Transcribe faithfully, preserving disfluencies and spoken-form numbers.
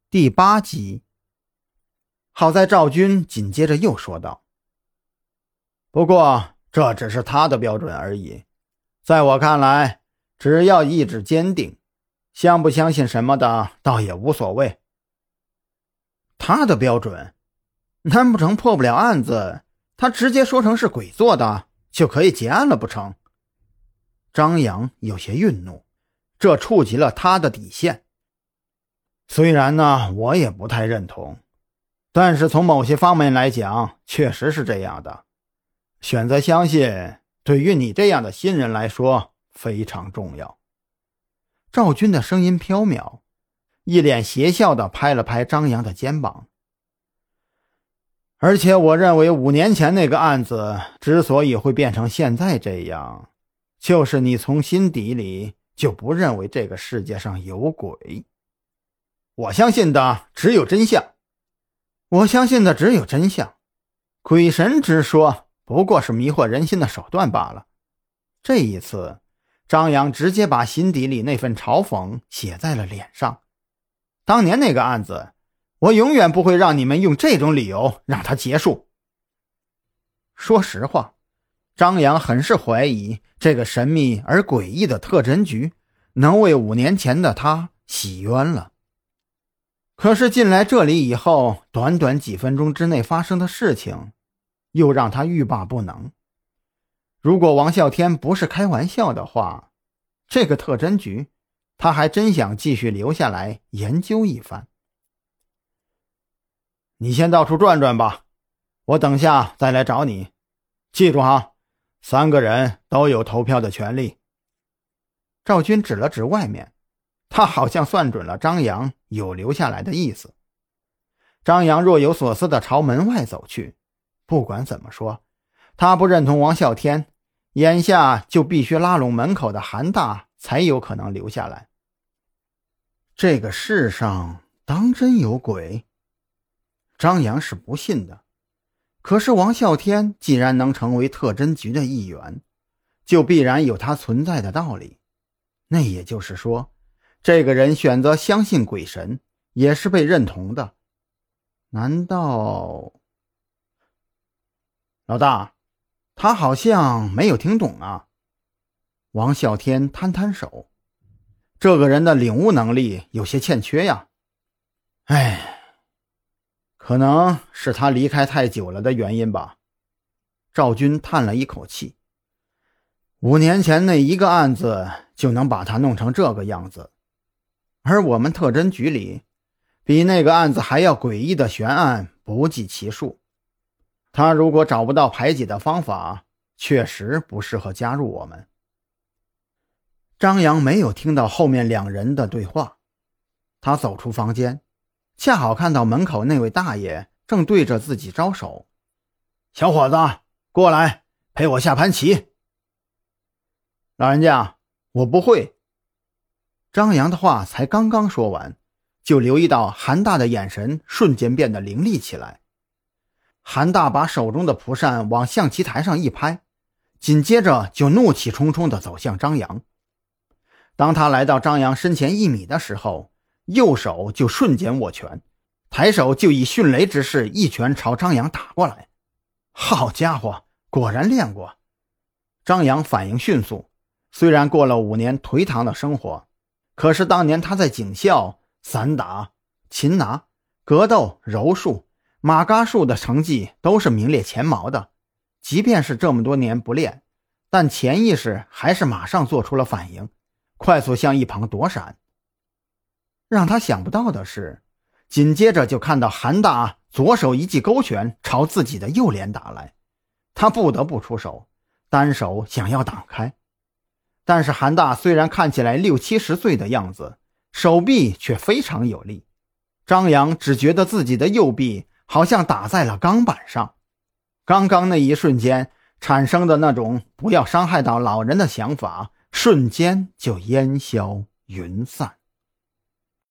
第八集。好在赵军紧接着又说道：不过这只是他的标准而已，在我看来，只要意志坚定，相不相信什么的倒也无所谓。他的标准？难不成破不了案子，他直接说成是鬼做的，就可以结案了不成？张扬有些愠怒，这触及了他的底线。虽然呢，我也不太认同，但是从某些方面来讲，确实是这样的。选择相信，对于你这样的新人来说非常重要。赵军的声音飘渺，一脸邪笑地拍了拍张扬的肩膀。而且我认为五年前那个案子之所以会变成现在这样，就是你从心底里就不认为这个世界上有鬼。我相信的只有真相，我相信的只有真相。鬼神之说不过是迷惑人心的手段罢了。这一次，张扬直接把心底里那份嘲讽写在了脸上。当年那个案子，我永远不会让你们用这种理由让它结束。说实话，张扬很是怀疑这个神秘而诡异的特侦局能为五年前的他洗冤了。可是进来这里以后，短短几分钟之内发生的事情又让他欲罢不能。如果王啸天不是开玩笑的话，这个特侦局他还真想继续留下来研究一番。你先到处转转吧，我等下再来找你。记住哈，三个人都有投票的权利。赵军指了指外面，他好像算准了张扬有留下来的意思。张扬若有所思地朝门外走去。不管怎么说，他不认同王啸天，眼下就必须拉拢门口的韩大才有可能留下来。这个世上当真有鬼？张扬是不信的。可是王啸天既然能成为特侦局的一员，就必然有他存在的道理。那也就是说，这个人选择相信鬼神，也是被认同的。难道……老大，他好像没有听懂啊。王啸天摊摊手，这个人的领悟能力有些欠缺呀。唉，可能是他离开太久了的原因吧。赵军叹了一口气，五年前那一个案子就能把他弄成这个样子，而我们特侦局里比那个案子还要诡异的悬案不计其数。他如果找不到排解的方法，确实不适合加入我们。张扬没有听到后面两人的对话，他走出房间，恰好看到门口那位大爷正对着自己招手。小伙子，过来陪我下盘棋。老人家，我不会。张扬的话才刚刚说完，就留意到韩大的眼神瞬间变得凌厉起来。韩大把手中的蒲扇往象棋台上一拍，紧接着就怒气冲冲地走向张扬。当他来到张扬身前一米的时候，右手就瞬间握拳，抬手就以迅雷之势一拳朝张扬打过来。好家伙，果然练过。张扬反应迅速，虽然过了五年颓唐的生活，可是当年他在警校散打、擒拿、格斗、柔术、马嘎术的成绩都是名列前茅的。即便是这么多年不练，但潜意识还是马上做出了反应，快速向一旁躲闪。让他想不到的是，紧接着就看到韩大左手一记勾拳朝自己的右脸打来，他不得不出手，单手想要挡开。但是韩大虽然看起来六七十岁的样子，手臂却非常有力。张扬只觉得自己的右臂好像打在了钢板上，刚刚那一瞬间产生的那种不要伤害到老人的想法，瞬间就烟消云散。